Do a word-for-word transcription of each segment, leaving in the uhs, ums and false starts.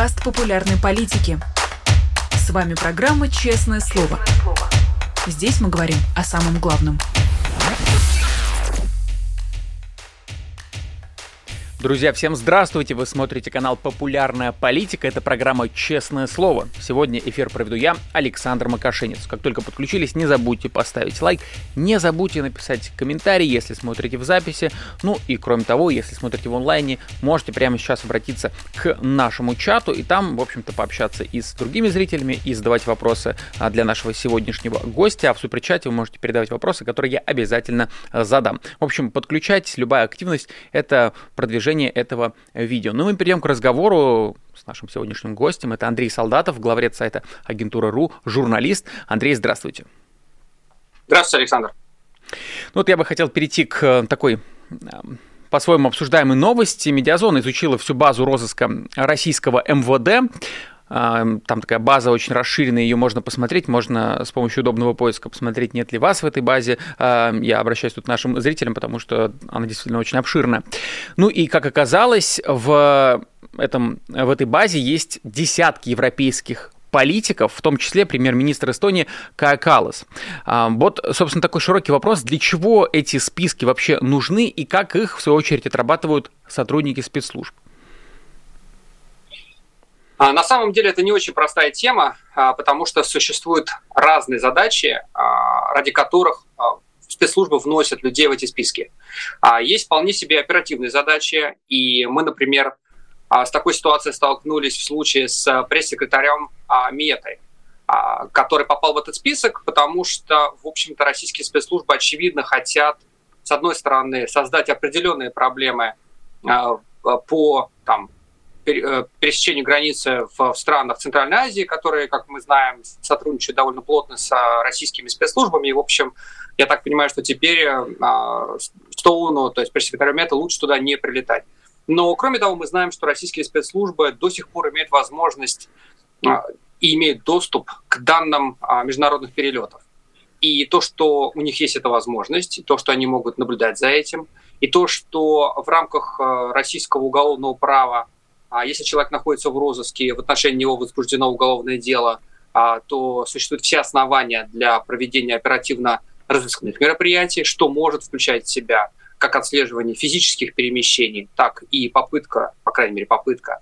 подкаст популярной политики. С вами программа «Честное слово». Здесь мы говорим о самом главном. Друзья, всем здравствуйте! Вы смотрите канал «Популярная политика». Это программа «Честное слово». Сегодня эфир проведу я, Александр Макашенец. Как только подключились, не забудьте поставить лайк, не забудьте написать комментарий, если смотрите в записи. Ну и кроме того, если смотрите в онлайне, можете прямо сейчас обратиться к нашему чату и там, в общем-то, пообщаться и с другими зрителями, и задавать вопросы для нашего сегодняшнего гостя. А в суперчате вы можете передавать вопросы, которые я обязательно задам. В общем, подключайтесь, любая активность – это продвижение этого видео. Ну и мы перейдем к разговору с нашим сегодняшним гостем. Это Андрей Солдатов, главред сайта Агентура.ру, журналист. Андрей, здравствуйте. Здравствуйте, Александр. Ну вот я бы хотел перейти к такой по-своему обсуждаемой новости. Медиазона изучила всю базу розыска российского эм вэ дэ. Там такая база очень расширенная, ее можно посмотреть, можно с помощью удобного поиска посмотреть, нет ли вас в этой базе. Я обращаюсь тут к нашим зрителям, потому что она действительно очень обширная. Ну и, как оказалось, в, этом, в этой базе есть десятки европейских политиков, в том числе премьер-министр Эстонии Кая Каллас. Вот, собственно, такой широкий вопрос, для чего эти списки вообще нужны и как их, в свою очередь, отрабатывают сотрудники спецслужб? На самом деле это не очень простая тема, потому что существуют разные задачи, ради которых спецслужбы вносят людей в эти списки. Есть вполне себе оперативные задачи, и мы, например, с такой ситуацией столкнулись в случае с пресс-секретарем Меты, который попал в этот список, потому что, в общем-то, российские спецслужбы, очевидно, хотят, с одной стороны, создать определенные проблемы по там, пересечению границы в странах Центральной Азии, которые, как мы знаем, сотрудничают довольно плотно с российскими спецслужбами. И, в общем, я так понимаю, что теперь Стоуну, то есть пресс-секретарю Меты, лучше туда не прилетать. Но, кроме того, мы знаем, что российские спецслужбы до сих пор имеют возможность и имеют доступ к данным международных перелетов. И то, что у них есть эта возможность, и то, что они могут наблюдать за этим, и то, что в рамках российского уголовного права, если человек находится в розыске, в отношении него возбуждено уголовное дело, то существуют все основания для проведения оперативно-розыскных мероприятий, что может включать в себя как отслеживание физических перемещений, так и попытка, по крайней мере, попытка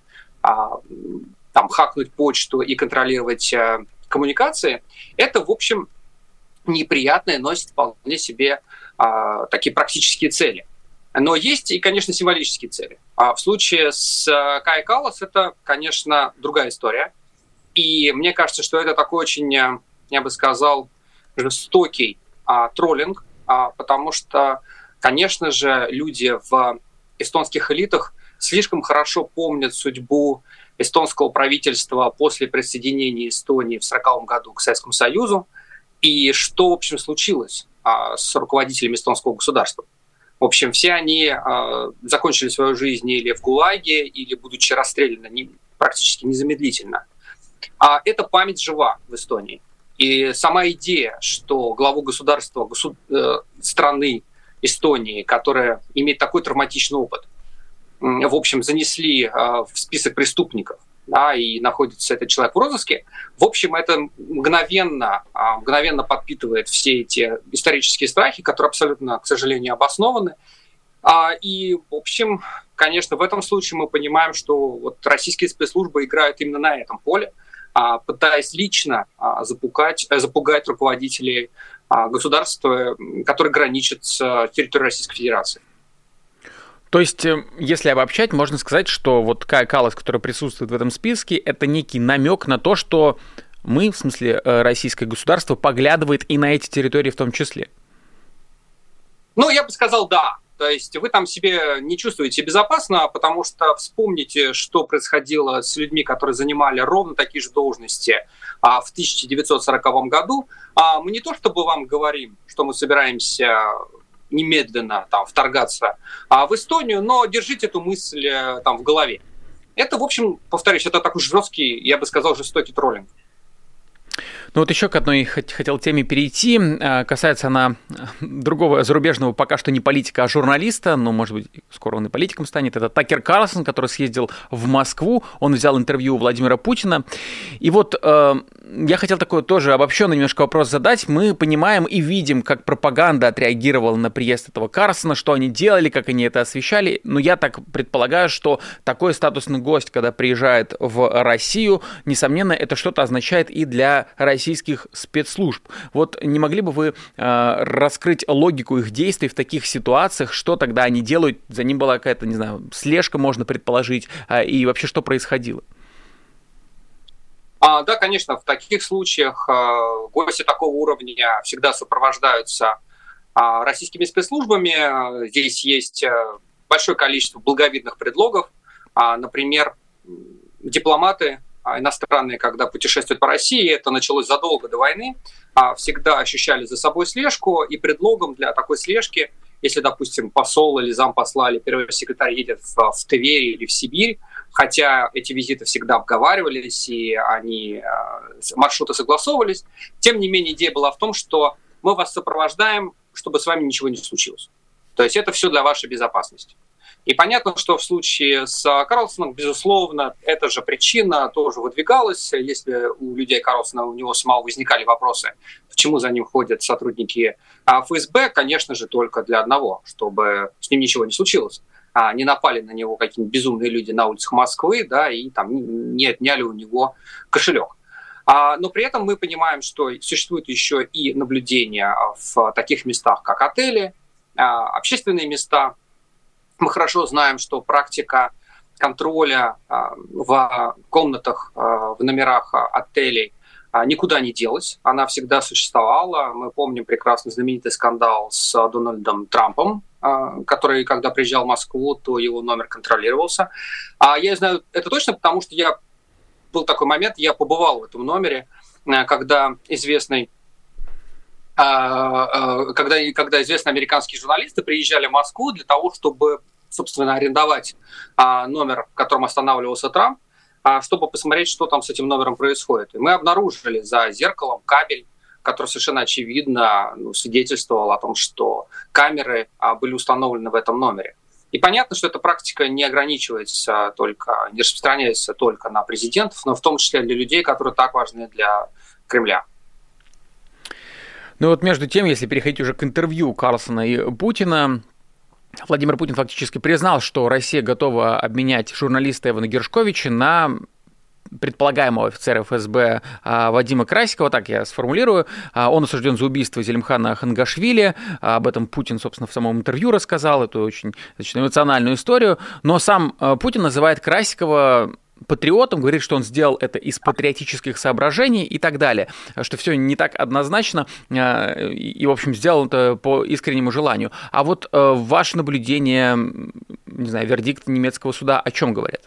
там, хакнуть почту и контролировать коммуникации. Это, в общем, неприятное, носит вполне себе такие практические цели. Но есть и, конечно, символические цели. А в случае с Каей Каллас это, конечно, другая история. И мне кажется, что это такой очень, я бы сказал, жестокий а, троллинг, а, потому что, конечно же, люди в эстонских элитах слишком хорошо помнят судьбу эстонского правительства после присоединения Эстонии в сороковом году к Советскому Союзу и что, в общем, случилось а, с руководителями эстонского государства. В общем, все они э, закончили свою жизнь или в ГУЛАГе, или будучи расстреляны не, практически незамедлительно. А эта память жива в Эстонии. И сама идея, что главу государства, госу, э, страны Эстонии, которая имеет такой травматичный опыт, э, в общем, занесли э, в список преступников, да, и находится этот человек в розыске, в общем, это мгновенно, мгновенно подпитывает все эти исторические страхи, которые абсолютно, к сожалению, обоснованы. И, в общем, конечно, в этом случае мы понимаем, что вот российские спецслужбы играют именно на этом поле, пытаясь лично запугать, запугать руководителей государства, которые граничат с территорией Российской Федерации. То есть, если обобщать, можно сказать, что вот Кая Каллас, которая присутствует в этом списке, это некий намек на то, что мы, в смысле российское государство, поглядывает и на эти территории в том числе. Ну, я бы сказал, да. То есть вы там себе не чувствуете безопасно, потому что вспомните, что происходило с людьми, которые занимали ровно такие же должности в тысяча девятьсот сороковом году. Мы не то чтобы вам говорим, что мы собираемся немедленно там, вторгаться а, в Эстонию, но держите эту мысль там, в голове. Это, в общем, повторюсь, это такой жесткий, я бы сказал, жестокий троллинг. Ну вот еще к одной хотел теме перейти. Касается она другого зарубежного, пока что не политика, а журналиста, но, может быть, скоро он и политиком станет. Это Такер Карлсон, который съездил в Москву. Он взял интервью у Владимира Путина. И вот э, я хотел такой тоже обобщенный немножко вопрос задать. Мы понимаем и видим, как пропаганда отреагировала на приезд этого Карлсона, что они делали, как они это освещали. Но я так предполагаю, что такой статусный гость, когда приезжает в Россию, несомненно, это что-то означает и для российских спецслужб. Вот не могли бы вы э, раскрыть логику их действий в таких ситуациях, что тогда они делают? За ним была какая-то, не знаю, слежка, можно предположить, э, и вообще что происходило? А, да, конечно, в таких случаях э, гости такого уровня всегда сопровождаются э, российскими спецслужбами. Здесь есть э, большое количество благовидных предлогов. А, например, дипломаты иностранные, когда путешествуют по России, это началось задолго до войны, всегда ощущали за собой слежку, и предлогом для такой слежки, если, допустим, посол или зампосла или первый секретарь едет в, в Тверь или в Сибирь, хотя эти визиты всегда обговаривались и они, маршруты согласовывались, тем не менее идея была в том, что мы вас сопровождаем, чтобы с вами ничего не случилось. То есть это все для вашей безопасности. И понятно, что в случае с Карлсоном, безусловно, эта же причина тоже выдвигалась. Если у людей Карлсона, у него самого возникали вопросы, почему за ним ходят сотрудники эф эс бэ, конечно же, только для одного, чтобы с ним ничего не случилось. А не напали на него какие-нибудь безумные люди на улицах Москвы, да, и там не отняли у него кошелек. А, но при этом мы понимаем, что существует еще и наблюдение в таких местах, как отели, общественные места. Мы хорошо знаем, что практика контроля в комнатах, в номерах отелей никуда не делась. Она всегда существовала. Мы помним прекрасно знаменитый скандал с Дональдом Трампом, который, когда приезжал в Москву, то его номер контролировался. Я знаю это точно, потому что я был такой момент, я побывал в этом номере, когда известный Когда, когда известные американские журналисты приезжали в Москву для того, чтобы, собственно, арендовать номер, в котором останавливался Трамп, чтобы посмотреть, что там с этим номером происходит. И мы обнаружили за зеркалом кабель, который совершенно очевидно ну, свидетельствовал о том, что камеры были установлены в этом номере. И понятно, что эта практика не ограничивается только, не распространяется только на президентов, но в том числе для людей, которые так важны для Кремля. Ну вот между тем, если переходить уже к интервью Карлсона и Путина, Владимир Путин фактически признал, что Россия готова обменять журналиста Эвана Гершковича на предполагаемого офицера эф эс бэ Вадима Красикова, так я сформулирую. Он осужден за убийство Зелимхана Хангашвили. Об этом Путин, собственно, в самом интервью рассказал, эту очень достаточно эмоциональную историю. Но сам Путин называет Красикова патриотом, говорит, что он сделал это из патриотических соображений и так далее, что все не так однозначно и, в общем, сделал это по искреннему желанию. А вот ваше наблюдение, не знаю, вердикт немецкого суда о чем говорят?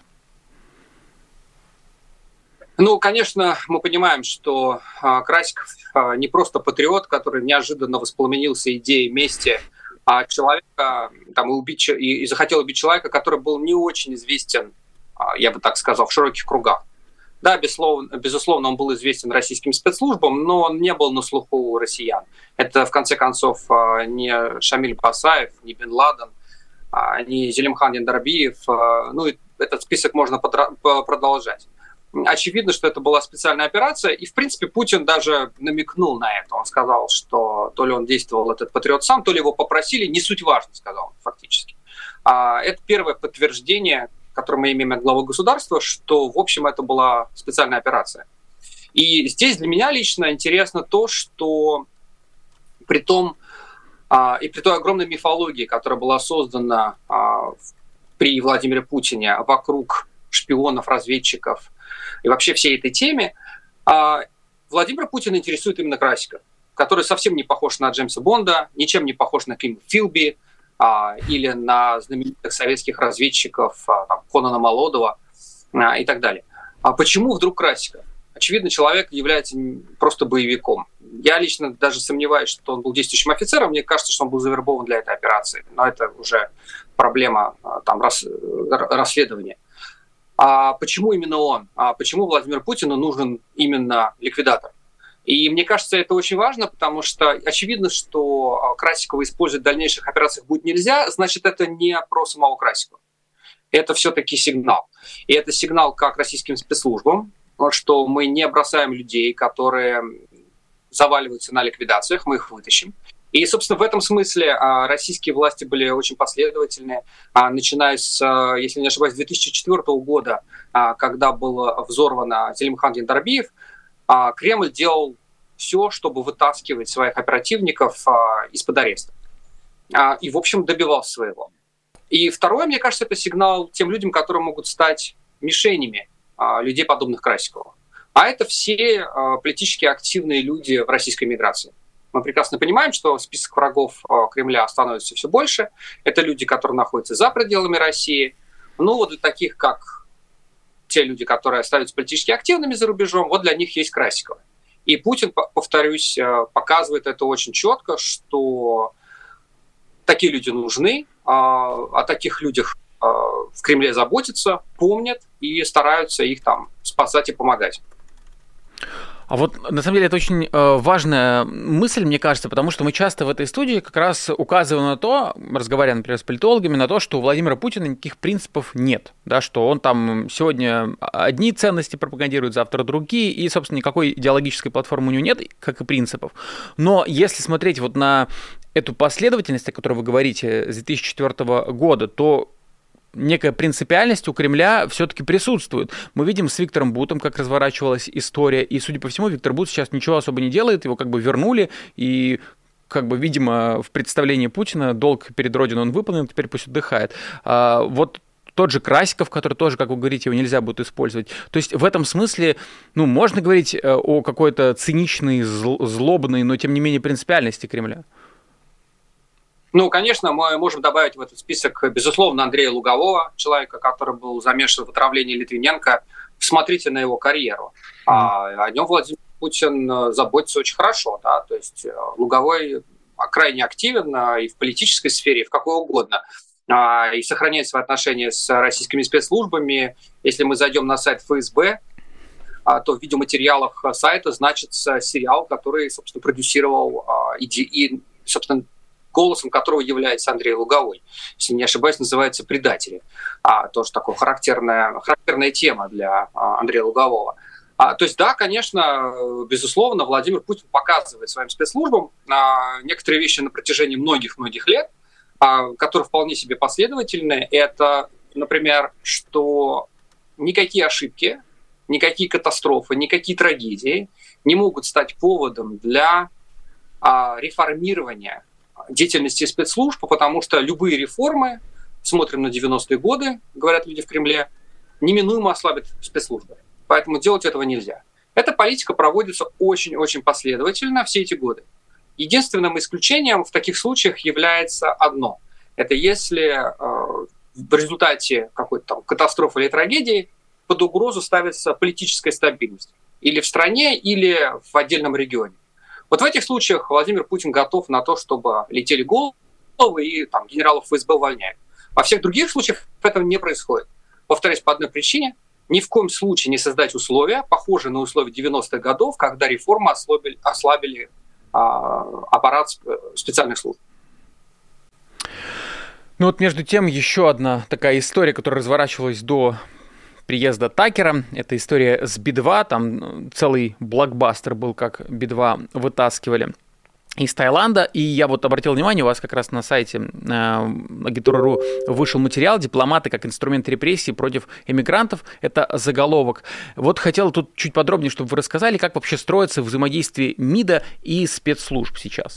Ну, конечно, мы понимаем, что Красиков не просто патриот, который неожиданно воспламенился идеей мести, а человека, там, и, убить, и захотел убить человека, который был не очень известен, я бы так сказал, в широких кругах. Да, безусловно, безусловно, он был известен российским спецслужбам, но он не был на слуху у россиян. Это, в конце концов, не Шамиль Басаев, не Бен Ладен, не Зелимхан Яндарбиев. Ну, этот список можно продолжать. Очевидно, что это была специальная операция, и, в принципе, Путин даже намекнул на это. Он сказал, что то ли он действовал, этот патриот, сам, то ли его попросили, не суть важно, сказал он фактически. Это первое подтверждение, которое мы имеем от главы государства, что, в общем, это была специальная операция. И здесь для меня лично интересно то, что при том, и при той огромной мифологии, которая была создана при Владимире Путине вокруг шпионов, разведчиков, и вообще всей этой теме, Владимир Путин интересует именно Красиков, который совсем не похож на Джеймса Бонда, ничем не похож на Кима Филби или на знаменитых советских разведчиков там, Конана Молодова и так далее. А почему вдруг Красиков? Очевидно, человек является просто боевиком. Я лично даже сомневаюсь, что он был действующим офицером. Мне кажется, что он был завербован для этой операции. Но это уже проблема там, рас... расследования. А почему именно он? А почему Владимиру Путину нужен именно ликвидатор? И мне кажется, это очень важно, потому что очевидно, что Красикова использовать в дальнейших операциях будет нельзя, значит, это не про самого Красикова. Это все-таки сигнал. И это сигнал как российским спецслужбам, что мы не бросаем людей, которые заваливаются на ликвидациях, мы их вытащим. И, собственно, в этом смысле российские власти были очень последовательны, начиная с, если не ошибаюсь, две тысячи четвёртого года, когда было взорвано Зелимхан Жандарбиев, Кремль делал все, чтобы вытаскивать своих оперативников из-под ареста. И, в общем, добивался своего. И второе, мне кажется, это сигнал тем людям, которые могут стать мишенями людей, подобных Красикову. А это все политически активные люди в российской миграции. Мы прекрасно понимаем, что список врагов Кремля становится все больше. Это люди, которые находятся за пределами России. Ну, вот для таких, как те люди, которые остаются политически активными за рубежом, вот для них есть Красикова. И Путин, повторюсь, показывает это очень четко, что такие люди нужны, о таких людях в Кремле заботятся, помнят и стараются их там спасать и помогать. А вот, на самом деле, это очень э, важная мысль, мне кажется, потому что мы часто в этой студии как раз указываем на то, разговаривая, например, с политологами, на то, что у Владимира Путина никаких принципов нет, да, что он там сегодня одни ценности пропагандирует, завтра другие, и, собственно, никакой идеологической платформы у него нет, как и принципов. Но если смотреть вот на эту последовательность, о которой вы говорите, с две тысячи четвёртого года, то некая принципиальность у Кремля все-таки присутствует. Мы видим с Виктором Бутом, как разворачивалась история, и, судя по всему, Виктор Бут сейчас ничего особо не делает, его как бы вернули, и, как бы, видимо, в представлении Путина долг перед Родиной он выполнил, теперь пусть отдыхает. А вот тот же Красиков, который тоже, как вы говорите, его нельзя будет использовать. То есть в этом смысле, ну, можно говорить о какой-то циничной, злобной, но, тем не менее, принципиальности Кремля? Ну, конечно, мы можем добавить в этот список, безусловно, Андрея Лугового, человека, который был замешан в отравлении Литвиненко. Смотрите на его карьеру. Mm-hmm. А, о нем Владимир Путин заботится очень хорошо. Да? То есть Луговой крайне активен и в политической сфере, и в какой угодно. И сохраняет свои отношения с российскими спецслужбами. Если мы зайдем на сайт эф эс бэ, то в видеоматериалах сайта значится сериал, который, собственно, продюсировал и, и собственно, голосом которого является Андрей Луговой. Если не ошибаюсь, называется «Предатели». А, тоже такая характерная, характерная тема для а, Андрея Лугового. А, то есть, да, конечно, безусловно, Владимир Путин показывает своим спецслужбам а, некоторые вещи на протяжении многих-многих лет, а, которые вполне себе последовательны. Это, например, что никакие ошибки, никакие катастрофы, никакие трагедии не могут стать поводом для а, реформирования деятельности спецслужб, потому что любые реформы, смотрим на девяностые годы, говорят люди в Кремле, неминуемо ослабят спецслужбы. Поэтому делать этого нельзя. Эта политика проводится очень-очень последовательно все эти годы. Единственным исключением в таких случаях является одно. Это если э, в результате какой-то там катастрофы или трагедии под угрозу ставится политическая стабильность. Или в стране, или в отдельном регионе. Вот в этих случаях Владимир Путин готов на то, чтобы летели головы и там, генералов эф эс бэ увольняют. Во всех других случаях этого не происходит. Повторюсь, по одной причине. Ни в коем случае не создать условия, похожие на условия девяностых годов, когда реформы ослабили, ослабили а, аппарат специальных служб. Ну вот между тем еще одна такая история, которая разворачивалась до приезда Такера. Это история с би два. Там целый блокбастер был, как би два вытаскивали из Таиланда. И я вот обратил внимание, у вас как раз на сайте э, агентура точка ру вышел материал «Дипломаты как инструмент репрессий против эмигрантов». Это заголовок. Вот хотел тут чуть подробнее, чтобы вы рассказали, как вообще строится взаимодействие МИДа и спецслужб сейчас.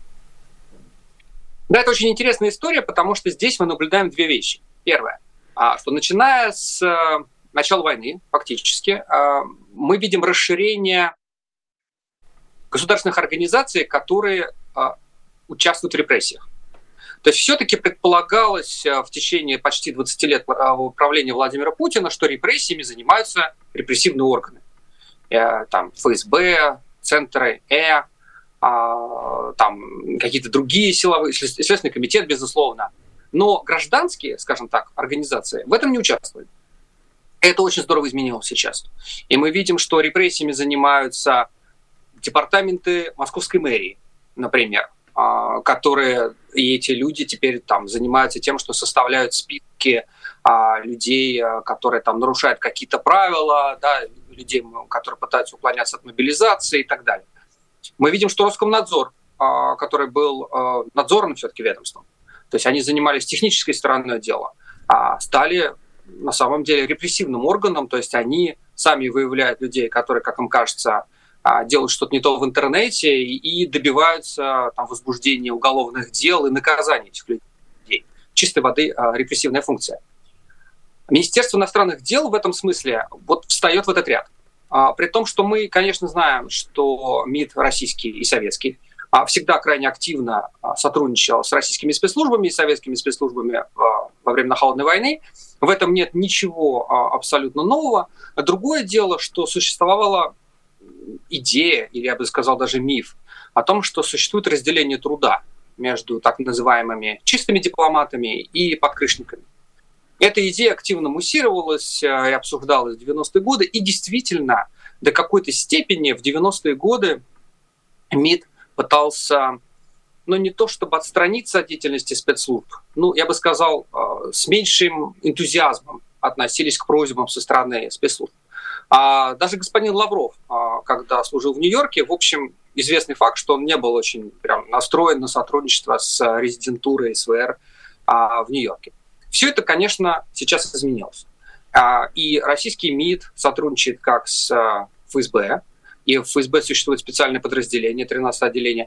Да, это очень интересная история, потому что здесь мы наблюдаем две вещи. Первое, что начиная с начала войны, фактически, мы видим расширение государственных организаций, которые участвуют в репрессиях. То есть все-таки предполагалось в течение почти двадцати лет правления Владимира Путина, что репрессиями занимаются репрессивные органы. Там эф эс бэ, центры Э, там какие-то другие силовые, Следственный комитет, безусловно. Но гражданские, скажем так, организации в этом не участвуют. Это очень здорово изменилось сейчас. И мы видим, что репрессиями занимаются департаменты московской мэрии, например, которые, и эти люди теперь там занимаются тем, что составляют списки людей, которые там нарушают какие-то правила, да, людей, которые пытаются уклоняться от мобилизации и так далее. Мы видим, что Роскомнадзор, который был надзорным все-таки ведомством, то есть они занимались технической стороной дела, стали на самом деле репрессивным органом, то есть они сами выявляют людей, которые, как им кажется, делают что-то не то в интернете и добиваются там возбуждения уголовных дел и наказания этих людей. Чистой воды репрессивная функция. Министерство иностранных дел в этом смысле вот встает в этот ряд. При том, что мы, конечно, знаем, что МИД российский и советский всегда крайне активно сотрудничал с российскими спецслужбами и советскими спецслужбами во времена Холодной войны. В этом нет ничего абсолютно нового. Другое дело, что существовала идея, или я бы сказал даже миф, о том, что существует разделение труда между так называемыми чистыми дипломатами и подкрышниками. Эта идея активно муссировалась и обсуждалась в девяностые годы, и действительно до какой-то степени в девяностые годы МИД пытался, ну не то чтобы отстраниться от деятельности спецслужб, ну я бы сказал, с меньшим энтузиазмом относились к просьбам со стороны спецслужб. А даже господин Лавров, когда служил в Нью-Йорке, в общем, известный факт, что он не был очень прям настроен на сотрудничество с резидентурой СВР в Нью-Йорке. Все это, конечно, сейчас изменилось. И российский МИД сотрудничает как с ФСБ, и в ФСБ существует специальное подразделение, тринадцатое отделение,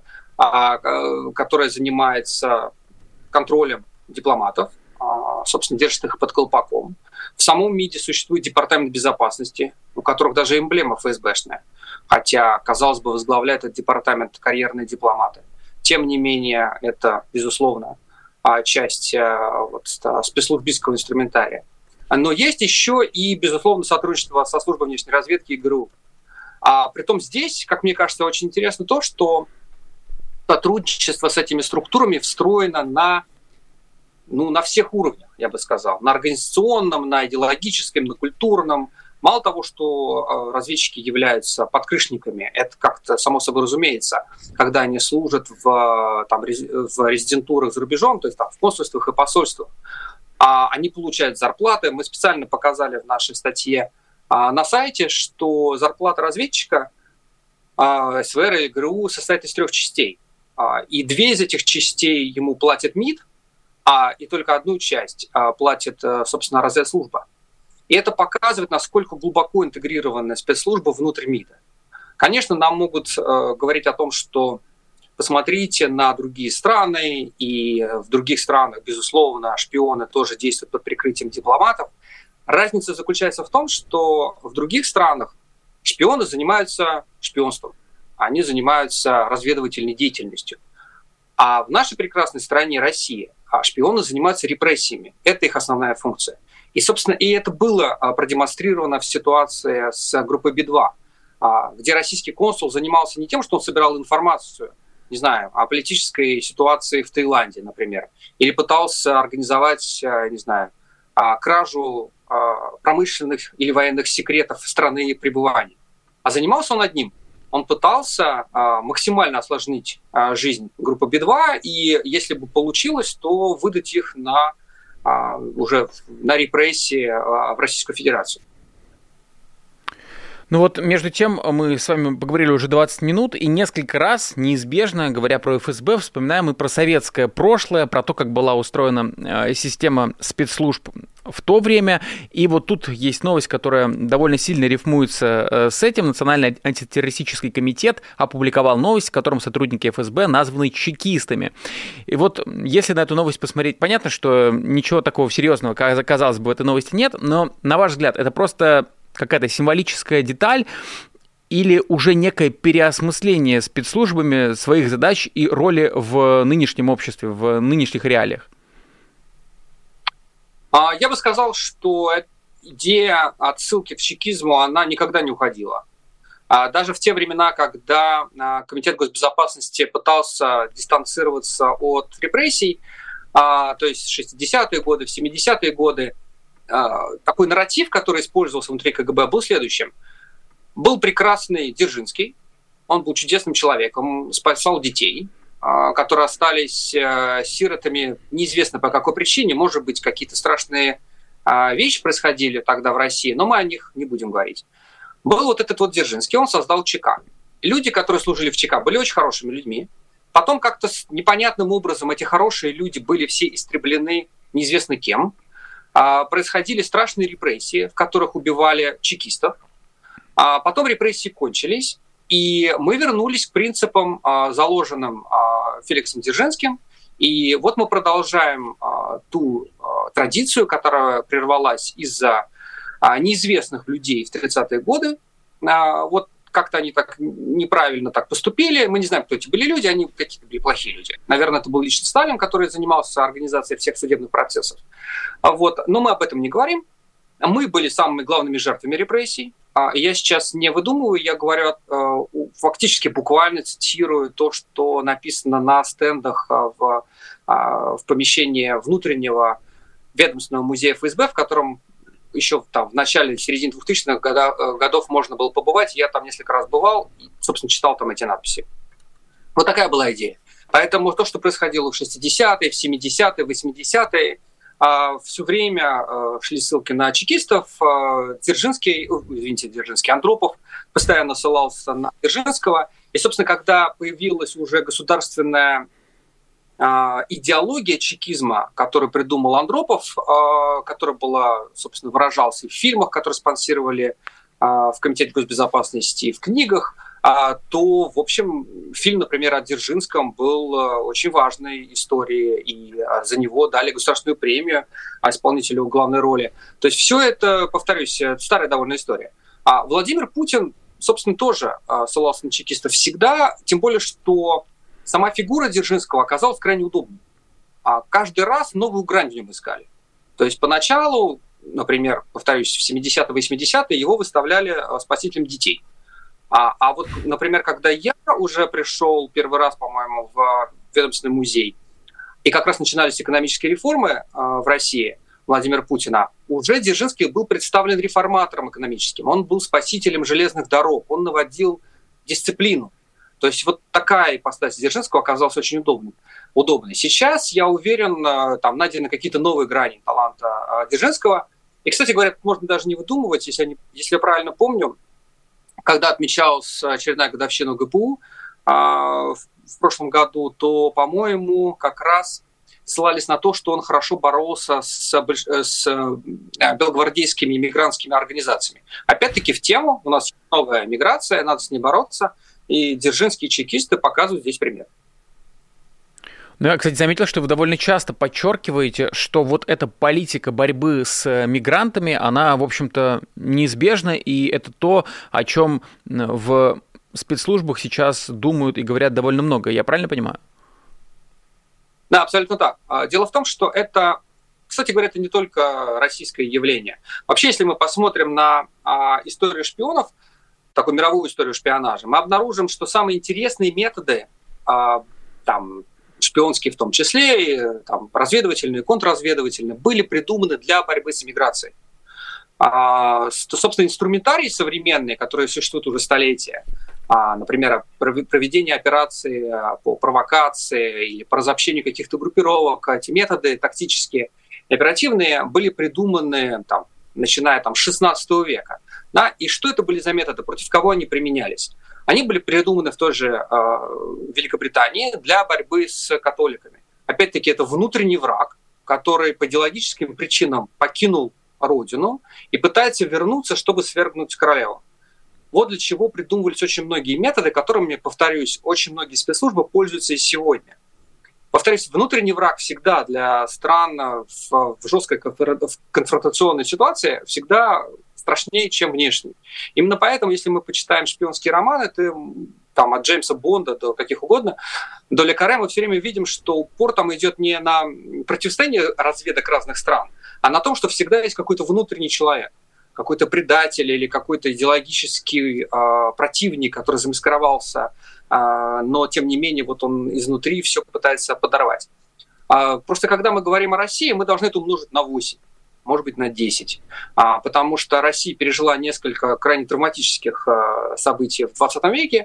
которое занимается контролем дипломатов, собственно, держит их под колпаком. В самом МИДе существует департамент безопасности, у которых даже эмблема ФСБшная, хотя, казалось бы, возглавляет этот департамент карьерные дипломаты. Тем не менее, это, безусловно, часть вот, спецслужбистского инструментария. Но есть еще и, безусловно, сотрудничество со службой внешней разведки и ГРУ. А притом здесь, как мне кажется, очень интересно то, что сотрудничество с этими структурами встроено на, ну, на всех уровнях, я бы сказал. На организационном, на идеологическом, на культурном. Мало того, что разведчики являются подкрышниками, это как-то само собой разумеется, когда они служат в, там, в резидентурах за рубежом, то есть там, в консульствах и посольствах, а они получают зарплаты. Мы специально показали в нашей статье а, на сайте, что зарплата разведчика а, СВР или ГРУ состоит из трех частей. А, и две из этих частей ему платит МИД, а, и только одну часть а, платит, собственно, разведслужба. И это показывает, насколько глубоко интегрированы спецслужбы внутрь МИДа. Конечно, нам могут э, говорить о том, что посмотрите на другие страны, и в других странах, безусловно, шпионы тоже действуют под прикрытием дипломатов. Разница заключается в том, что в других странах шпионы занимаются шпионством, они занимаются разведывательной деятельностью. А в нашей прекрасной стране России шпионы занимаются репрессиями. Это их основная функция. И, собственно, и это было продемонстрировано в ситуации с группой Би два, где российский консул занимался не тем, что он собирал информацию, не знаю, о политической ситуации в Таиланде, например, или пытался организовать, не знаю, кражу промышленных или военных секретов страны пребывания. А занимался он одним. Он пытался максимально осложнить жизнь группы Би два, и если бы получилось, то выдать их на уже на репрессии в Российскую Федерацию. Ну вот, между тем, мы с вами поговорили уже двадцать минут, и несколько раз, неизбежно, говоря про эф эс бэ, вспоминаем и про советское прошлое, про то, как была устроена система спецслужб в то время. И вот тут есть новость, которая довольно сильно рифмуется с этим. Национальный антитеррористический комитет опубликовал новость, в котором сотрудники эф эс бэ названы чекистами. И вот, если на эту новость посмотреть, понятно, что ничего такого серьезного, казалось бы, в этой новости нет, но, на ваш взгляд, это просто какая-то символическая деталь или уже некое переосмысление спецслужбами своих задач и роли в нынешнем обществе, в нынешних реалиях? Я бы сказал, что идея отсылки к чекизму, она никогда не уходила. Даже в те времена, когда Комитет госбезопасности пытался дистанцироваться от репрессий, то есть в шестидесятые годы, в семидесятые годы, такой нарратив, который использовался внутри ка гэ бэ, был следующим. Был прекрасный Дзержинский, Он был чудесным человеком, спасал детей, которые остались сиротами, неизвестно по какой причине, может быть, какие-то страшные вещи происходили тогда в России, но мы о них не будем говорить. Был вот этот вот Дзержинский, он создал ЧК. Люди, которые служили в ЧК, были очень хорошими людьми. Потом как-то непонятным образом эти хорошие люди были все истреблены неизвестно кем. Происходили страшные репрессии, в которых убивали чекистов. Потом репрессии кончились, и мы вернулись к принципам, заложенным Феликсом Дзержинским. И вот мы продолжаем ту традицию, которая прервалась из-за неизвестных людей в тридцатые годы. Вот как-то они так неправильно так поступили. Мы не знаем, кто эти были люди, они какие-то были плохие люди. Наверное, это был лично Сталин, который занимался организацией всех судебных процессов. Вот. Но мы об этом не говорим. Мы были самыми главными жертвами репрессий. Я сейчас не выдумываю, я говорю, фактически буквально цитирую то, что написано на стендах в, в помещении внутреннего ведомственного музея эф эс бэ, в котором еще там в начале, в середине двухтысячных годов можно было побывать. Я там несколько раз бывал и, собственно, читал там эти надписи. Вот такая была идея. Поэтому то, что происходило в шестидесятые, в семидесятые, в восьмидесятые, все время шли ссылки на чекистов. Дзержинский, извините, Дзержинский, Андропов постоянно ссылался на Дзержинского. И, собственно, когда появилась уже государственная идеология чекизма, которую придумал Андропов, которая была, собственно, выражалась и в фильмах, которые спонсировали в Комитете госбезопасности, и в книгах, то, в общем, фильм, например, о Дзержинском был очень важной историей, и за него дали государственную премию исполнителю главной роли. То есть все это, повторюсь, старая довольно история. А Владимир Путин, собственно, тоже ссылался на чекистов всегда, тем более, что сама фигура Дзержинского оказалась крайне удобной. А каждый раз новую грань в нем искали. То есть поначалу, например, повторюсь, в семидесятые, восьмидесятые его выставляли спасителем детей. А, а вот, например, когда я уже пришел первый раз, по-моему, в ведомственный музей, и как раз начинались экономические реформы э, в России Владимира Путина, уже Дзержинский был представлен реформатором экономическим. Он был спасителем железных дорог, он наводил дисциплину. То есть вот такая ипостась Дзержинского оказалась очень удобной. удобной. Сейчас, я уверен, там найдены какие-то новые грани таланта Дзержинского. И, кстати говоря, можно даже не выдумывать, если я, не, если я правильно помню, когда отмечалась очередная годовщина гэ пэ у э, в, в прошлом году, то, по-моему, как раз ссылались на то, что он хорошо боролся с, с э, белогвардейскими иммигрантскими организациями. Опять-таки в тему, у нас новая миграция, надо с ней бороться, и дзержинские чекисты показывают здесь пример. Ну, я, кстати, заметил, что вы довольно часто подчеркиваете, что вот эта политика борьбы с мигрантами, она, в общем-то, неизбежна, и это то, о чем в спецслужбах сейчас думают и говорят довольно много. Я правильно понимаю? Да, абсолютно так. Дело в том, что это, кстати говоря, это не только российское явление. Вообще, если мы посмотрим на историю шпионов, такую мировую историю шпионажа, мы обнаружим, что самые интересные методы, там, шпионские в том числе, и, там, разведывательные, контрразведывательные, были придуманы для борьбы с иммиграцией. А, собственно, инструментарий современный, который существует уже столетия, а, например, проведение операций по провокации или по разобщению каких-то группировок, эти методы тактические и оперативные были придуманы, там, начиная там, с шестнадцатого века. Да? И что это были за методы, против кого они применялись? Они были придуманы в той же э, Великобритании для борьбы с католиками. Опять-таки, это внутренний враг, который по идеологическим причинам покинул родину и пытается вернуться, чтобы свергнуть королеву. Вот для чего придумывались очень многие методы, которыми, повторюсь, очень многие спецслужбы пользуются и сегодня. Повторюсь, внутренний враг всегда для стран в, в жесткой конфронтационной ситуации всегда страшнее, чем внешний. Именно поэтому, если мы почитаем шпионские романы, то, там, от Джеймса Бонда до каких угодно, до Ле Карре, мы все время видим, что упор там идет не на противостояние разведок разных стран, а на том, что всегда есть какой-то внутренний человек, какой-то предатель или какой-то идеологический э, противник, который замаскировался, э, но тем не менее вот он изнутри все пытается подорвать. Э, просто когда мы говорим о России, мы должны это умножить на восемь. Может быть, на десять. А, потому что Россия пережила несколько крайне травматических а, событий в двадцатом веке.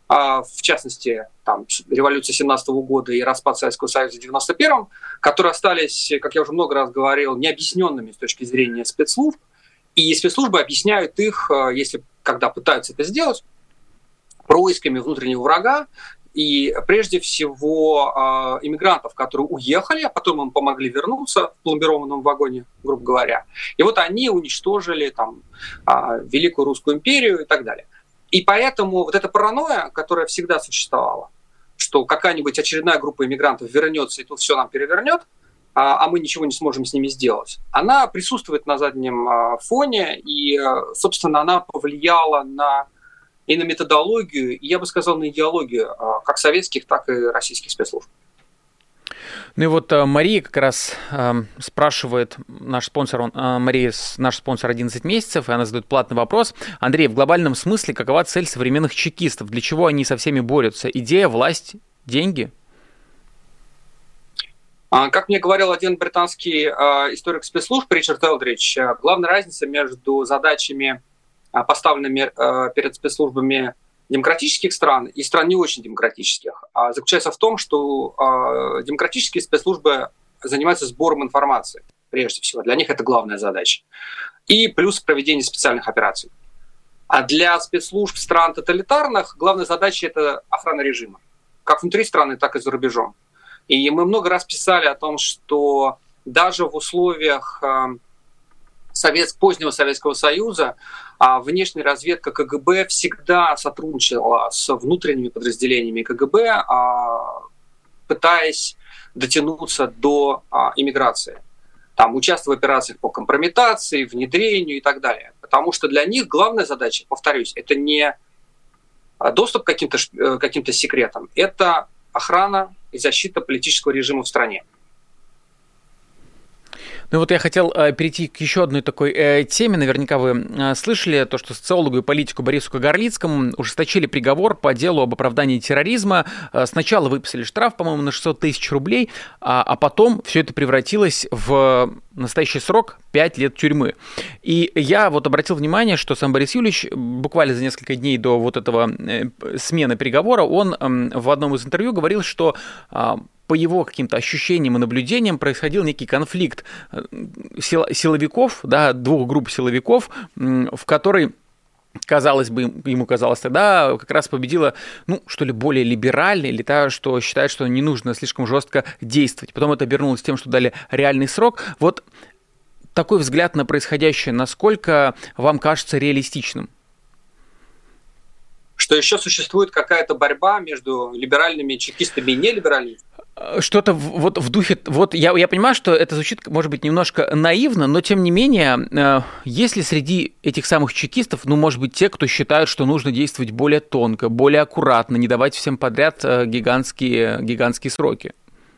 в частности, там, революция семнадцатого года и распад Советского Союза в девяносто первом, которые остались, как я уже много раз говорил, необъясненными с точки зрения спецслужб, и спецслужбы объясняют их, если когда пытаются это сделать, происками внутреннего врага, и прежде всего иммигрантов, которые уехали, а потом им помогли вернуться в пломбированном вагоне, грубо говоря. И вот они уничтожили там, Великую Русскую империю и так далее. И поэтому вот эта паранойя, которая всегда существовала, что какая-нибудь очередная группа иммигрантов вернется и тут все нам перевернет, а мы ничего не сможем с ними сделать, она присутствует на заднем фоне, и, собственно, она повлияла на, и на методологию, и, я бы сказал, на идеологию как советских, так и российских спецслужб. Ну и вот Мария как раз э, спрашивает, наш спонсор, он, э, Мария наш спонсор одиннадцать месяцев, и она задает платный вопрос. Андрей, в глобальном смысле какова цель современных чекистов? Для чего они со всеми борются? Идея, власть, деньги? Как мне говорил один британский э, историк спецслужб Ричард Элдридж, э, главная разница между задачами, э, поставленными э, перед спецслужбами демократических стран и стран не очень демократических, заключается в том, что демократические спецслужбы занимаются сбором информации, прежде всего. Для них это главная задача. И плюс проведение специальных операций. А для спецслужб стран тоталитарных главная задача – это охрана режима. Как внутри страны, так и за рубежом. И мы много раз писали о том, что даже в условиях Совет, позднего Советского Союза а внешняя разведка ка гэ бэ всегда сотрудничала с внутренними подразделениями ка гэ бэ, а, пытаясь дотянуться до а, иммиграции. Там, участвуя в операциях по компрометации, внедрению и так далее. Потому что для них главная задача, повторюсь, это не доступ к каким-то, каким-то секретам, это охрана и защита политического режима в стране. Ну вот я хотел э, перейти к еще одной такой э, теме. Наверняка вы э, слышали то, что социологу и политику Борису Кагарлицкому ужесточили приговор по делу об оправдании терроризма. Э, сначала выписали штраф, по-моему, на шестьсот тысяч рублей, а, а потом все это превратилось в настоящий срок пять лет тюрьмы. И я вот обратил внимание, что сам Борис Юлич буквально за несколько дней до вот этого э, смены приговора, он э, в одном из интервью говорил, что э, по его каким-то ощущениям и наблюдениям происходил некий конфликт силовиков, да, двух групп силовиков, в которой, казалось бы, ему казалось тогда, как раз победила, ну, что ли, более либеральная, или та, что считает, что не нужно слишком жестко действовать. Потом это обернулось тем, что дали реальный срок. Вот такой взгляд на происходящее, насколько вам кажется реалистичным? Что еще существует какая-то борьба между либеральными чекистами и нелиберальными? Что-то вот в духе... Вот я, я понимаю, что это звучит, может быть, немножко наивно, но, тем не менее, есть ли среди этих самых чекистов, ну, может быть, те, кто считают, что нужно действовать более тонко, более аккуратно, не давать всем подряд гигантские, гигантские сроки?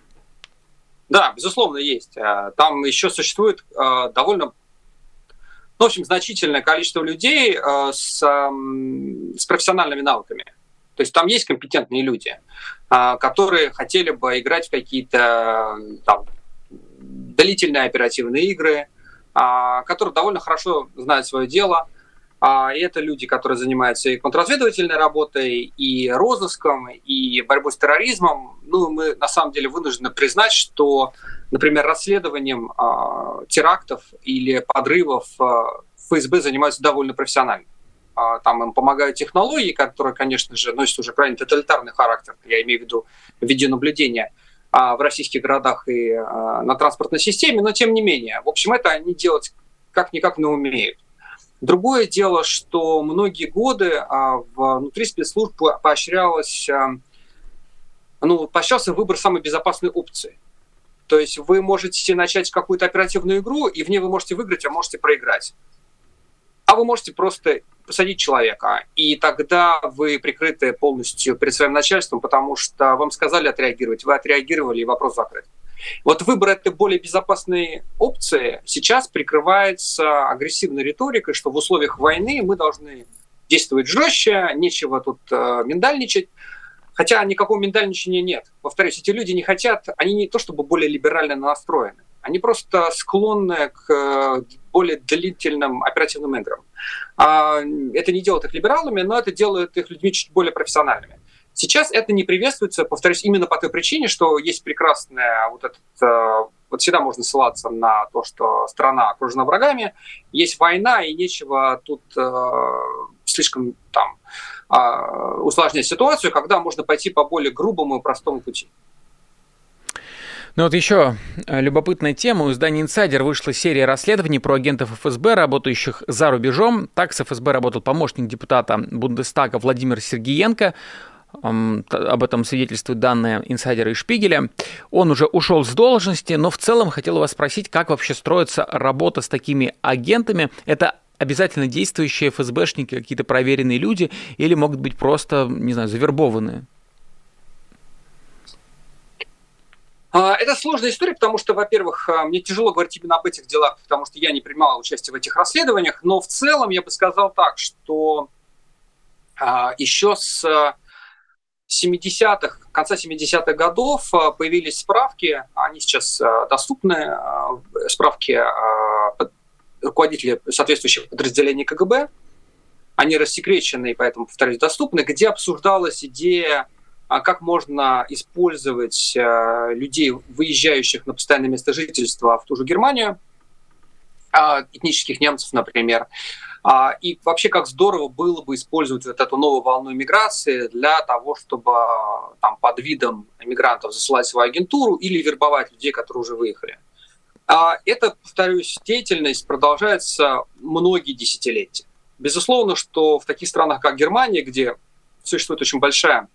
Да, безусловно, есть. Там еще существует довольно... Ну, в общем, значительное количество людей с, с профессиональными навыками. То есть там есть компетентные люди, которые хотели бы играть в какие-то там, длительные оперативные игры, которые довольно хорошо знают свое дело. И это люди, которые занимаются и контрразведывательной работой, и розыском, и борьбой с терроризмом. Ну, мы на самом деле вынуждены признать, что, например, расследованием терактов или подрывов эф эс бэ занимаются довольно профессионально. Там им помогают технологии, которые, конечно же, носят уже крайне тоталитарный характер, я имею в виду видеонаблюдение в российских городах и на транспортной системе, но тем не менее. В общем, это они делать как-никак не умеют. Другое дело, что многие годы внутри спецслужб поощрялось, ну, поощрялся выбор самой безопасной опции. То есть вы можете начать какую-то оперативную игру, и в ней вы можете выиграть, а можете проиграть. А вы можете просто посадить человека, и тогда вы прикрыты полностью перед своим начальством, потому что вам сказали отреагировать, вы отреагировали, и вопрос закрыт. Вот выбор этой более безопасной опции сейчас прикрывается агрессивной риторикой, что в условиях войны мы должны действовать жестче, нечего тут э, миндальничать. Хотя никакого миндальничания нет. Повторюсь, эти люди не хотят, они не то чтобы более либерально настроены, они просто склонны к более длительным оперативным играм. Это не делает их либералами, но это делает их людьми чуть более профессиональными. Сейчас это не приветствуется, повторюсь, именно по той причине, что есть прекрасная вот этот... Вот всегда можно ссылаться на то, что страна окружена врагами, есть война, и нечего тут э, слишком там э, усложнять ситуацию, когда можно пойти по более грубому и простому пути. Ну вот еще любопытная тема. У издания «Инсайдер» вышла серия расследований про агентов эф эс бэ, работающих за рубежом. Так с эф эс бэ работал помощник депутата Бундестага Владимир Сергиенко. Об этом свидетельствуют данные «Инсайдера» и «Шпигеля». Он уже ушел с должности, но в целом хотел вас спросить, как вообще строится работа с такими агентами. Это обязательно действующие эф эс бэшники, какие-то проверенные люди, или могут быть просто, не знаю, завербованные? Это сложная история, потому что, во-первых, мне тяжело говорить именно об этих делах, потому что я не принимал участие в этих расследованиях, но в целом я бы сказал так, что еще с семидесятых, конца семидесятых годов появились справки, они сейчас доступны, справки руководителей соответствующих подразделений ка гэ бэ, они рассекречены и поэтому, повторюсь, доступны, где обсуждалась идея, как можно использовать людей, выезжающих на постоянное место жительства в ту же Германию, этнических немцев, например, и вообще как здорово было бы использовать вот эту новую волну миграции для того, чтобы там, под видом мигрантов засылать свою агентуру или вербовать людей, которые уже выехали. Эта, повторюсь, деятельность продолжается многие десятилетия. Безусловно, что в таких странах, как Германия, где существует очень большая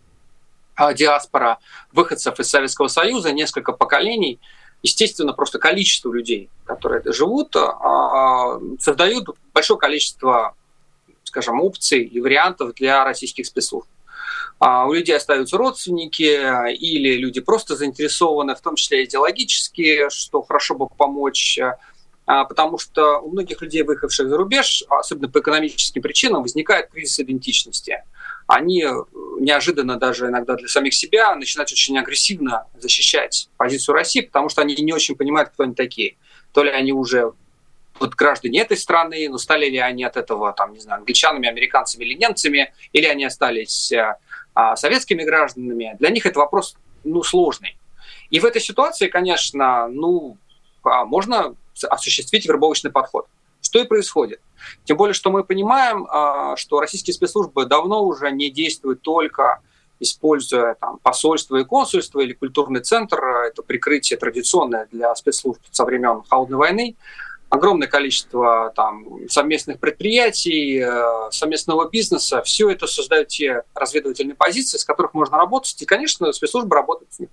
диаспора выходцев из Советского Союза, несколько поколений, естественно, просто количество людей, которые живут, создают большое количество, скажем, опций и вариантов для российских спецслужб. У людей остаются родственники или люди просто заинтересованы, в том числе идеологически, что хорошо бы помочь, потому что у многих людей, выехавших за рубеж, особенно по экономическим причинам, возникает кризис идентичности. Они неожиданно даже иногда для самих себя начинают очень агрессивно защищать позицию России, потому что они не очень понимают, кто они такие. То ли они уже вот граждане этой страны, но стали ли они от этого, там, не знаю, англичанами, американцами или немцами, или они остались а, советскими гражданами. Для них это вопрос, ну, сложный. И в этой ситуации, конечно, ну, можно осуществить вербовочный подход. Что и происходит. Тем более, что мы понимаем, что российские спецслужбы давно уже не действуют только используя там, посольство и консульство или культурный центр. Это прикрытие традиционное для спецслужб со времен Холодной войны. Огромное количество там, совместных предприятий, совместного бизнеса. Все это создает те разведывательные позиции, с которых можно работать. И, конечно, спецслужбы работают с них.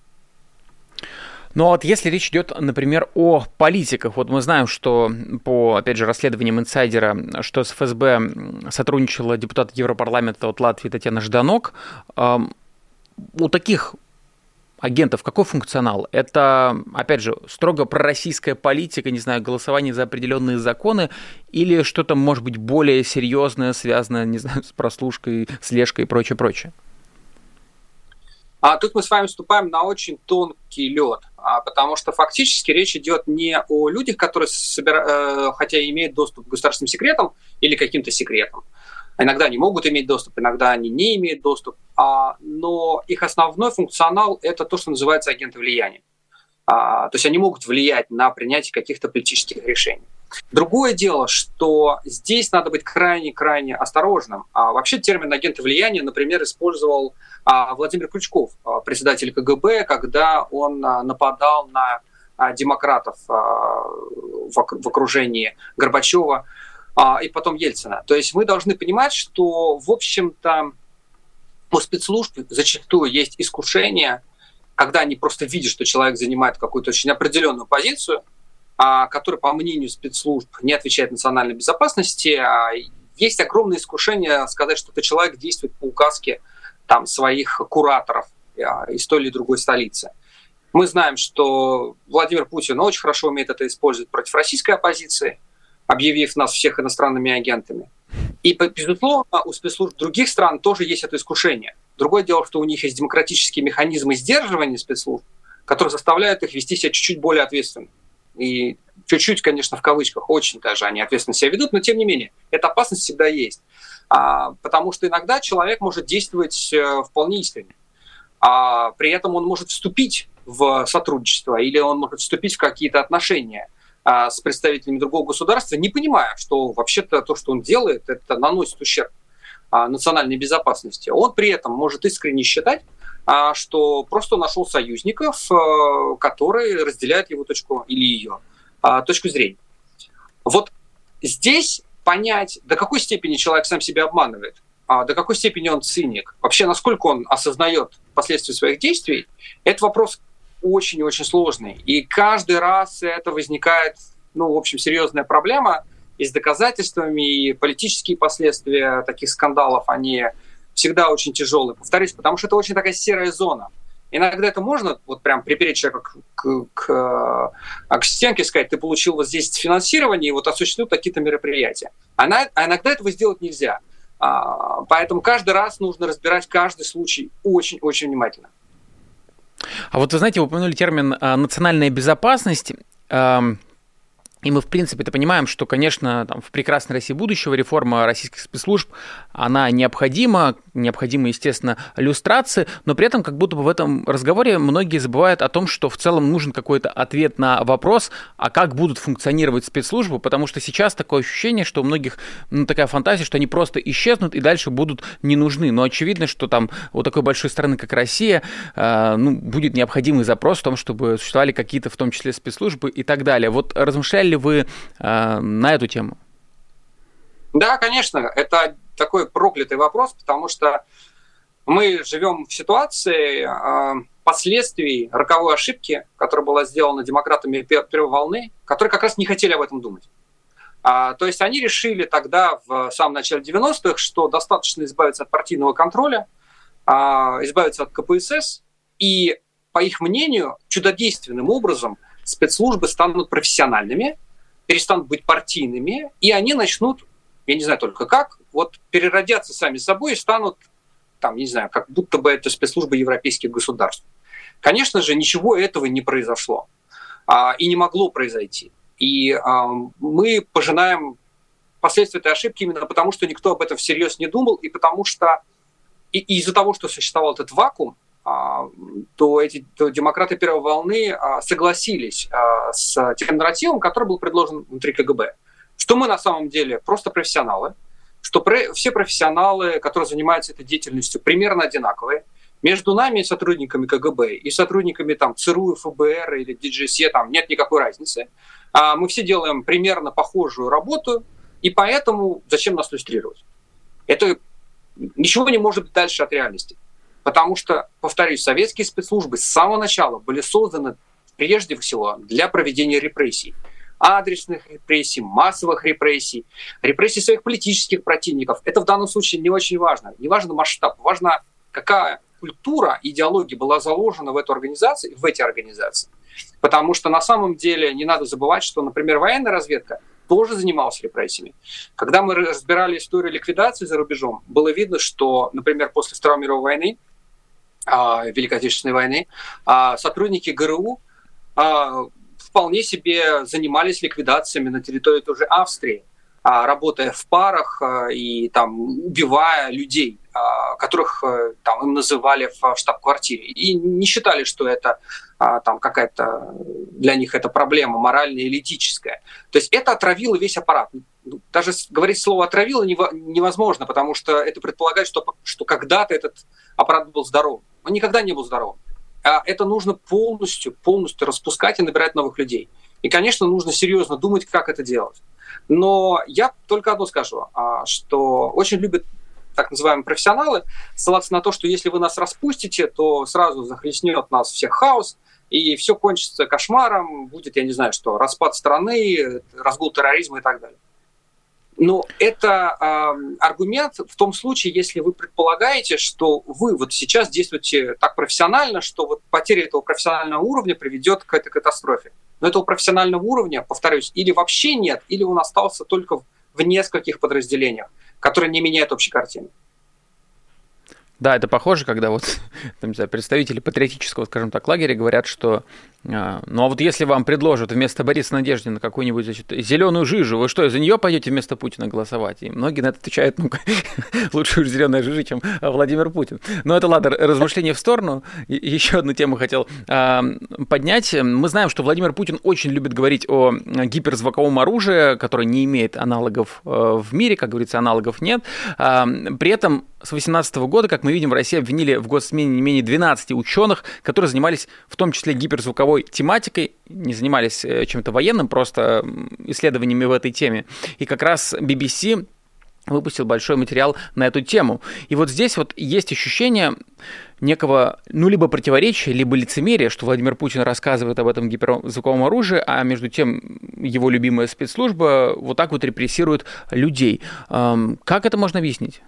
Но вот если речь идет, например, о политиках, вот мы знаем, что по, опять же, расследованиям «Инсайдера», что с эф эс бэ сотрудничала депутат Европарламента от Латвии Татьяна Жданок. У таких агентов какой функционал? Это, опять же, строго пророссийская политика, не знаю, голосование за определенные законы, или что-то, может быть, более серьезное, связанное, не знаю, с прослушкой, слежкой и прочее, прочее? А тут мы с вами вступаем на очень тонкий лед, потому что фактически речь идет не о людях, которые, собира... хотя и имеют доступ к государственным секретам или каким-то секретам. Иногда они могут иметь доступ, иногда они не имеют доступ, но их основной функционал – это то, что называется агенты влияния. То есть они могут влиять на принятие каких-то политических решений. Другое дело, что здесь надо быть крайне-крайне осторожным. А вообще термин «агенты влияния», например, использовал а, Владимир Ключков, а, председатель ка гэ бэ, когда он а, нападал на а, демократов а, в, в окружении Горбачева а, и потом Ельцина. То есть мы должны понимать, что, в общем-то, у спецслужб зачастую есть искушение, когда они просто видят, что человек занимает какую-то очень определенную позицию, который, по мнению спецслужб, не отвечает национальной безопасности, есть огромное искушение сказать, что этот человек действует по указке там, своих кураторов из той или другой столицы. Мы знаем, что Владимир Путин очень хорошо умеет это использовать против российской оппозиции, объявив нас всех иностранными агентами. И, безусловно, у спецслужб других стран тоже есть это искушение. Другое дело, что у них есть демократические механизмы сдерживания спецслужб, которые заставляют их вести себя чуть-чуть более ответственно. И чуть-чуть, конечно, в кавычках, очень даже они ответственно себя ведут, но тем не менее, эта опасность всегда есть. Потому что иногда человек может действовать вполне искренне, а при этом он может вступить в сотрудничество или он может вступить в какие-то отношения с представителями другого государства, не понимая, что вообще-то то, что он делает, это наносит ущерб национальной безопасности. Он при этом может искренне считать, что просто нашел союзников, которые разделяют его точку или ее точку зрения. Вот здесь понять, до какой степени человек сам себя обманывает, до какой степени он циник, вообще насколько он осознает последствия своих действий, это вопрос очень-очень сложный. И каждый раз это возникает, ну, в общем, серьезная проблема. И с доказательствами, и политические последствия таких скандалов, они всегда очень тяжелые. Повторюсь, потому что это очень такая серая зона. Иногда это можно вот прям припереть человека к, к, к стенке и сказать, ты получил вот здесь финансирование, и вот осуществил такие-то мероприятия. А, на, а иногда этого сделать нельзя. А, поэтому каждый раз нужно разбирать каждый случай очень-очень внимательно. А вот вы знаете, вы упомянули термин «национальная безопасность». И мы, в принципе, это понимаем, что, конечно, там, в прекрасной России будущего реформа российских спецслужб, она необходима, необходима, естественно, люстрация, но при этом как будто бы в этом разговоре многие забывают о том, что в целом нужен какой-то ответ на вопрос, а как будут функционировать спецслужбы, потому что сейчас такое ощущение, что у многих, ну, такая фантазия, что они просто исчезнут и дальше будут не нужны. Но очевидно, что там у такой большой страны, как Россия, э, ну, будет необходимый запрос в том, чтобы существовали какие-то, в том числе, спецслужбы и так далее. Вот размышляли ли вы э, на эту тему? Да, конечно, это такой проклятый вопрос, потому что мы живем в ситуации э, последствий роковой ошибки, которая была сделана демократами первой волны, которые как раз не хотели об этом думать. А, то есть они решили тогда, в самом начале девяностых, что достаточно избавиться от партийного контроля, а, избавиться от ка пэ эс эс, и, по их мнению, чудодейственным образом спецслужбы станут профессиональными, перестанут быть партийными, и они начнут, я не знаю только как, вот переродятся сами собой и станут, там, не знаю, как будто бы это спецслужбы европейских государств. Конечно же, ничего этого не произошло а, и не могло произойти. И а, мы пожинаем последствия этой ошибки именно потому, что никто об этом всерьез не думал, и потому что и, и из-за того, что существовал этот вакуум, то эти то демократы первой волны а, согласились а, с тем нарративом, который был предложен внутри ка гэ бэ. Что мы на самом деле просто профессионалы, что про, все профессионалы, которые занимаются этой деятельностью, примерно одинаковые. Между нами, сотрудниками ка гэ бэ, и сотрудниками там, цэ эр у, эф бэ эр или ди джи эс и, там нет никакой разницы. А, мы все делаем примерно похожую работу, и поэтому зачем нас люстрировать? Это ничего не может быть дальше от реальности. Потому что, повторюсь, советские спецслужбы с самого начала были созданы прежде всего для проведения репрессий. Адресных репрессий, массовых репрессий, репрессий своих политических противников. Это в данном случае не очень важно. Не важен масштаб, важно, какая культура, идеология была заложена в эту организацию, в эти организации. Потому что на самом деле не надо забывать, что, например, военная разведка тоже занималась репрессиями. Когда мы разбирали историю ликвидации за рубежом, было видно, что, например, после Второй мировой войны, Великой Отечественной войны, сотрудники гэ эр у вполне себе занимались ликвидациями на территории той же Австрии, работая в парах и там, убивая людей, которых там, им называли в штаб-квартире. И не считали, что это там, какая-то для них это проблема моральная или этическая. То есть это отравило весь аппарат. Даже говорить слово «отравило» невозможно, потому что это предполагает, что, что когда-то этот аппарат был здоров. Он никогда не был здоровым. А это нужно полностью, полностью распускать и набирать новых людей. И, конечно, нужно серьезно думать, как это делать. Но я только одно скажу, что очень любят так называемые профессионалы ссылаться на то, что если вы нас распустите, то сразу захлестнет нас всех хаос, и все кончится кошмаром, будет, я не знаю что, распад страны, разгул терроризма и так далее. Но это э, аргумент в том случае, если вы предполагаете, что вы вот сейчас действуете так профессионально, что вот потеря этого профессионального уровня приведет к этой катастрофе. Но этого профессионального уровня, повторюсь, или вообще нет, или он остался только в нескольких подразделениях, которые не меняют общей картины. Да, это похоже, когда вот там, не знаю, представители патриотического, скажем так, лагеря говорят, что А, ну а вот если вам предложат вместо Бориса Надеждина какую-нибудь, значит, зеленую жижу, вы что, за нее пойдете вместо Путина голосовать? И многие на это отвечают, ну, лучше уж зеленая жижа, чем Владимир Путин. Но это ладно, размышления в сторону. Еще одну тему хотел а, поднять. Мы знаем, что Владимир Путин очень любит говорить о гиперзвуковом оружии, которое не имеет аналогов в мире, как говорится, аналогов нет. А, при этом с две тысячи восемнадцатого года, как мы видим, в России обвинили в госизмене не менее двенадцати ученых, которые занимались в том числе гиперзвуковой тематикой, не занимались чем-то военным, просто исследованиями в этой теме. И как раз би би си выпустил большой материал на эту тему. И вот здесь вот есть ощущение некого, ну, либо противоречия, либо лицемерия, что Владимир Путин рассказывает об этом гиперзвуковом оружии, а между тем его любимая спецслужба вот так вот репрессирует людей. Как это можно объяснить?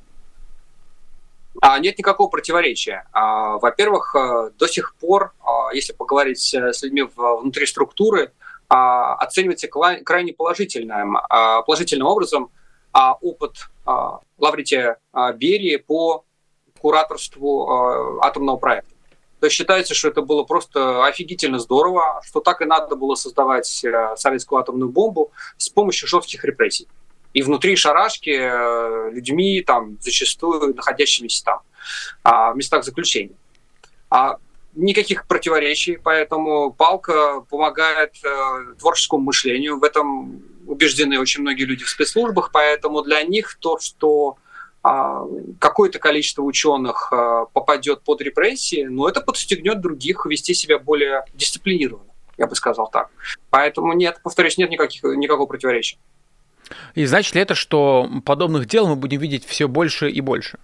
Нет никакого противоречия. Во-первых, до сих пор, если поговорить с людьми внутри структуры, оценивается крайне положительным, положительным образом опыт Лаврентия Берии по кураторству атомного проекта. То есть считается, что это было просто офигительно здорово, что так и надо было создавать советскую атомную бомбу с помощью жестких репрессий. И внутри шарашки людьми, там, зачастую находящимися там в местах заключения. А никаких противоречий, поэтому палка помогает творческому мышлению. В этом убеждены очень многие люди в спецслужбах, поэтому для них то, что какое-то количество ученых попадет под репрессии, ну, это подстегнет других вести себя более дисциплинированно, я бы сказал так. Поэтому нет, повторюсь, нет никаких, никакого противоречия. И значит ли это, что подобных дел мы будем видеть все больше и больше?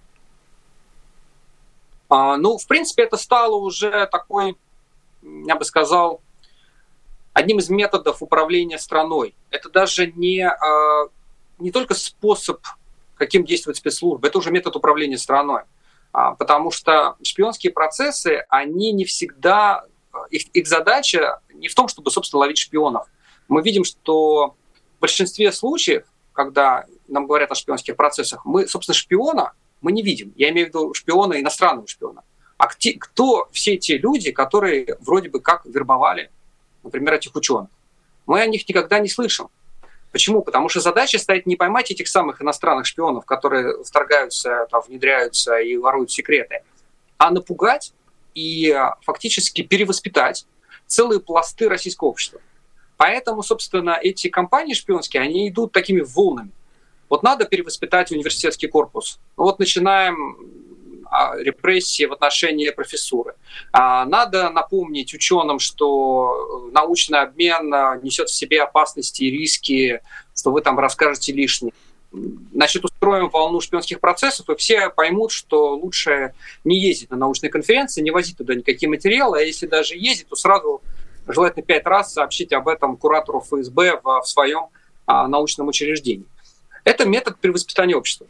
А, ну, в принципе, это стало уже такой, я бы сказал, одним из методов управления страной. Это даже не, а, не только способ, каким действует спецслужба, это уже метод управления страной. А, потому что шпионские процессы, они не всегда, их, их задача не в том, чтобы, собственно, ловить шпионов. Мы видим, что в большинстве случаев, когда нам говорят о шпионских процессах, мы, собственно, шпиона мы не видим. Я имею в виду шпиона, иностранного шпиона. А кто все те люди, которые вроде бы как вербовали, например, этих ученых? Мы о них никогда не слышим. Почему? Потому что задача стоит не поймать этих самых иностранных шпионов, которые вторгаются, там, внедряются и воруют секреты, а напугать и фактически перевоспитать целые пласты российского общества. Поэтому, собственно, эти кампании шпионские, они идут такими волнами. Вот надо перевоспитать университетский корпус. Ну вот начинаем репрессии в отношении профессуры. Надо напомнить ученым, что научный обмен несет в себе опасности и риски, что вы там расскажете лишнее. Значит, устроим волну шпионских процессов, и все поймут, что лучше не ездить на научные конференции, не возить туда никакие материалы, а если даже ездить, то сразу желательно пять раз сообщить об этом куратору эф эс бэ в, в своем а, научном учреждении. Это метод перевоспитания общества.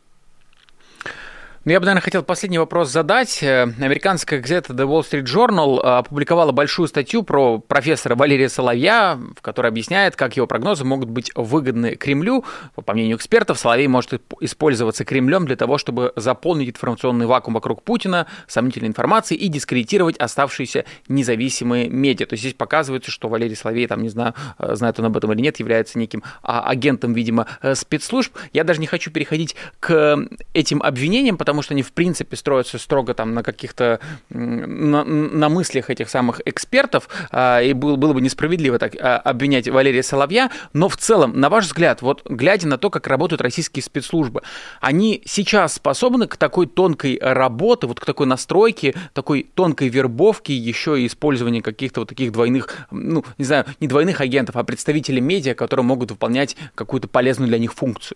Ну, я бы, наверное, хотел последний вопрос задать. Американская газета The Wall Street Journal опубликовала большую статью про профессора Валерия Соловья, в которой объясняет, как его прогнозы могут быть выгодны Кремлю. По мнению экспертов, Соловей может использоваться Кремлем для того, чтобы заполнить информационный вакуум вокруг Путина сомнительной информацией и дискредитировать оставшиеся независимые медиа. То есть здесь показывается, что Валерий Соловей, там, не знаю, знает он об этом или нет, является неким агентом, видимо, спецслужб. Я даже не хочу переходить к этим обвинениям, потому потому что они, в принципе, строятся строго там на каких-то, на, на мыслях этих самых экспертов, и было, было бы несправедливо так обвинять Валерия Соловья, но в целом, на ваш взгляд, вот глядя на то, как работают российские спецслужбы, они сейчас способны к такой тонкой работе, вот к такой настройке, такой тонкой вербовке, еще и использованию каких-то вот таких двойных, ну, не знаю, не двойных агентов, а представителей медиа, которые могут выполнять какую-то полезную для них функцию?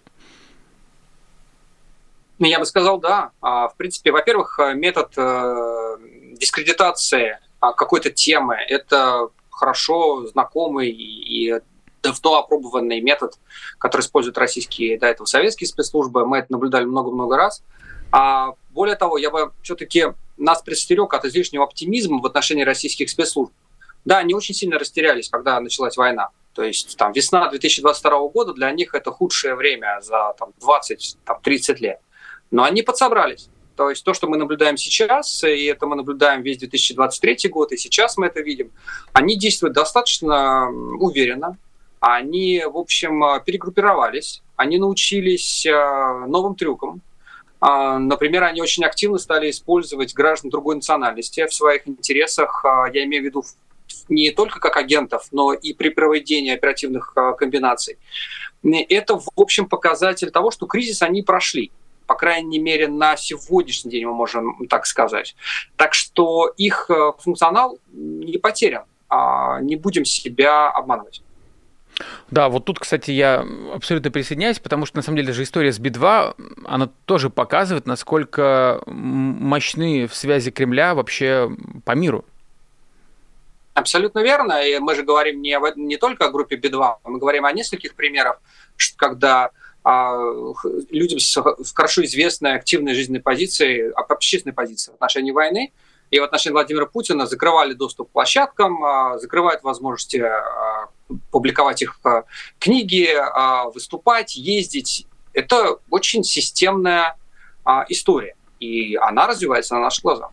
Я бы сказал, да. В принципе, во-первых, метод дискредитации какой-то темы – это хорошо знакомый и давно опробованный метод, который используют российские, до этого советские спецслужбы. Мы это наблюдали много-много раз. А более того, я бы все-таки нас предостерег от излишнего оптимизма в отношении российских спецслужб. Да, они очень сильно растерялись, когда началась война. То есть там, весна две тысячи двадцать второго года для них это худшее время за там, двадцать-тридцать лет. Но они подсобрались. То есть то, что мы наблюдаем сейчас, и это мы наблюдаем весь две тысячи двадцать третий год, и сейчас мы это видим, они действуют достаточно уверенно, они, в общем, перегруппировались, они научились новым трюкам. Например, они очень активно стали использовать граждан другой национальности в своих интересах, я имею в виду не только как агентов, но и при проведении оперативных комбинаций. Это, в общем, показатель того, что кризис они прошли. По крайней мере, на сегодняшний день мы можем так сказать. Так что их функционал не потерян. Не будем себя обманывать. Да, вот тут, кстати, я абсолютно присоединяюсь, потому что, на самом деле, же история с Би два, она тоже показывает, насколько мощны связи Кремля вообще по миру. Абсолютно верно. И мы же говорим не, не только о группе Би два, мы говорим о нескольких примерах, когда людям с хорошо известной активной жизненной позицией, общественной позицией в отношении войны и в отношении Владимира Путина закрывали доступ к площадкам, закрывают возможности публиковать их книги, выступать, ездить. Это очень системная история, и она развивается на наших глазах.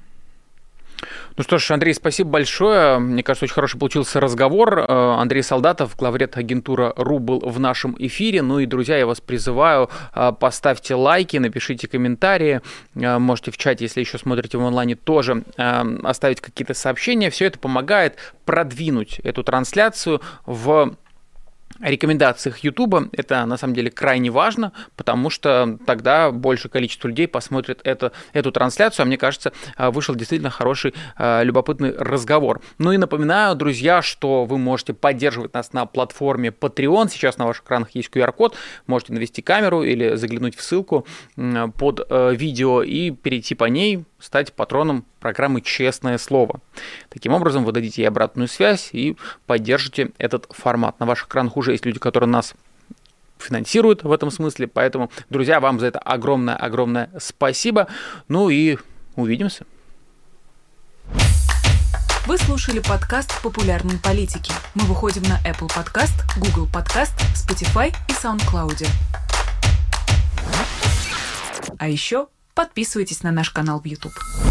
Ну что ж, Андрей, спасибо большое. Мне кажется, очень хороший получился разговор. Андрей Солдатов, главред агентура РУ, был в нашем эфире. Ну и, друзья, я вас призываю, поставьте лайки, напишите комментарии. Можете в чате, если еще смотрите в онлайне, тоже оставить какие-то сообщения. Все это помогает продвинуть эту трансляцию в рекомендациях Ютуба. Это на самом деле крайне важно, потому что тогда большее количество людей посмотрит это, эту трансляцию, а мне кажется, вышел действительно хороший, любопытный разговор. Ну и напоминаю, друзья, что вы можете поддерживать нас на платформе Patreon. Сейчас на ваших экранах есть ку ар код, можете навести камеру или заглянуть в ссылку под видео и перейти по ней, стать патроном программы «Честное слово». Таким образом, вы дадите ей обратную связь и поддержите этот формат. На ваших экранах уже есть люди, которые нас финансируют в этом смысле, поэтому, друзья, вам за это огромное-огромное спасибо. Ну и увидимся. Вы слушали подкаст «Популярные политики». Мы выходим на Apple Podcast, Google Podcast, Spotify и SoundCloud. А еще подписывайтесь на наш канал в YouTube.